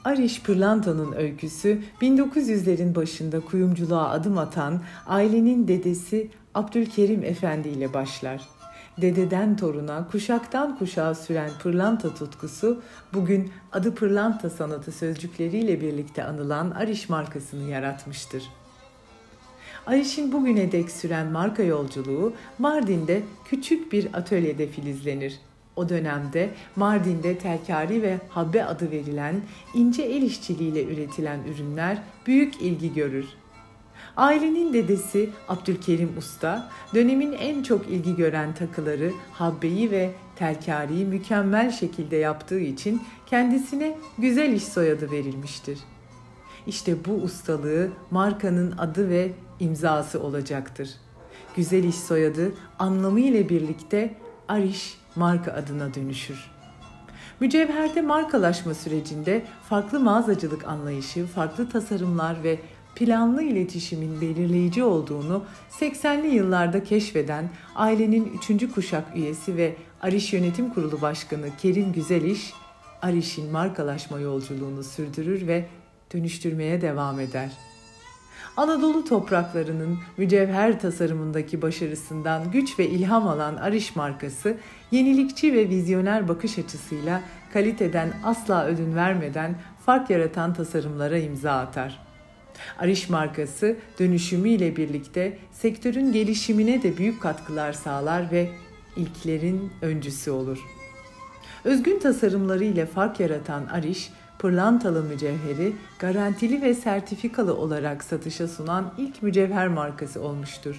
Ariş Pırlanta'nın öyküsü 1900'lerin başında kuyumculuğa adım atan ailenin dedesi Abdülkerim Efendi ile başlar. Dededen toruna, kuşaktan kuşağa süren pırlanta tutkusu bugün adı pırlanta sanatı sözcükleriyle birlikte anılan Ariş markasını yaratmıştır. Ariş'in bugüne dek süren marka yolculuğu Mardin'de küçük bir atölyede filizlenir. O dönemde Mardin'de telkari ve habbe adı verilen ince el işçiliğiyle üretilen ürünler büyük ilgi görür. Ailenin dedesi Abdülkerim Usta, dönemin en çok ilgi gören takıları, habbeyi ve telkariyi mükemmel şekilde yaptığı için kendisine güzel iş soyadı verilmiştir. İşte bu ustalığı markanın adı ve imzası olacaktır. Güzel iş soyadı anlamı ile birlikte Ariş marka adına dönüşür. Mücevherde markalaşma sürecinde farklı mağazacılık anlayışı, farklı tasarımlar ve planlı iletişimin belirleyici olduğunu 80'li yıllarda keşfeden ailenin 3. kuşak üyesi ve Ariş Yönetim Kurulu Başkanı Kerim Güzeliş, Ariş'in markalaşma yolculuğunu sürdürür ve dönüştürmeye devam eder. Anadolu topraklarının mücevher tasarımındaki başarısından güç ve ilham alan Ariş markası, yenilikçi ve vizyoner bakış açısıyla kaliteden asla ödün vermeden fark yaratan tasarımlara imza atar. Ariş markası dönüşümüyle birlikte sektörün gelişimine de büyük katkılar sağlar ve ilklerin öncüsü olur. Özgün tasarımları ile fark yaratan Ariş, pırlantalı mücevheri garantili ve sertifikalı olarak satışa sunan ilk mücevher markası olmuştur.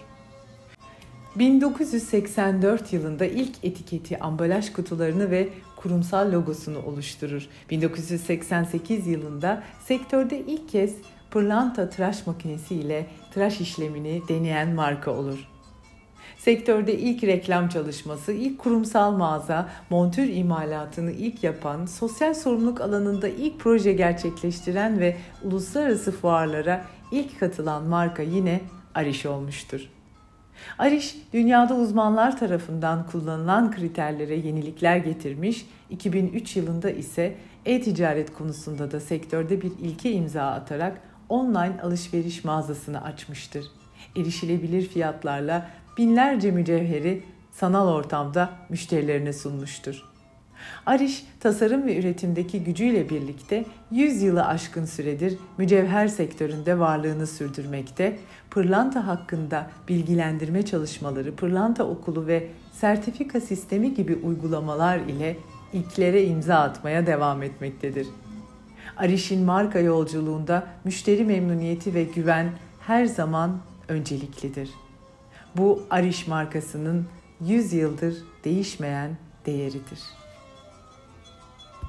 1984 yılında ilk etiketi, ambalaj kutularını ve kurumsal logosunu oluşturur. 1988 yılında sektörde ilk kez pırlanta tıraş makinesi ile tıraş işlemini deneyen marka olur. Sektörde ilk reklam çalışması, ilk kurumsal mağaza, montür imalatını ilk yapan, sosyal sorumluluk alanında ilk proje gerçekleştiren ve uluslararası fuarlara ilk katılan marka yine Ariş olmuştur. Ariş, dünyada uzmanlar tarafından kullanılan kriterlere yenilikler getirmiş, 2003 yılında ise e-ticaret konusunda da sektörde bir ilke imza atarak online alışveriş mağazasını açmıştır. Erişilebilir fiyatlarla binlerce mücevheri sanal ortamda müşterilerine sunmuştur. Ariş, tasarım ve üretimdeki gücüyle birlikte 100 yılı aşkın süredir mücevher sektöründe varlığını sürdürmekte, pırlanta hakkında bilgilendirme çalışmaları, pırlanta okulu ve sertifika sistemi gibi uygulamalar ile ilklere imza atmaya devam etmektedir. Ariş'in marka yolculuğunda müşteri memnuniyeti ve güven her zaman önceliklidir. Bu Ariş markasının 100 yıldır değişmeyen değeridir.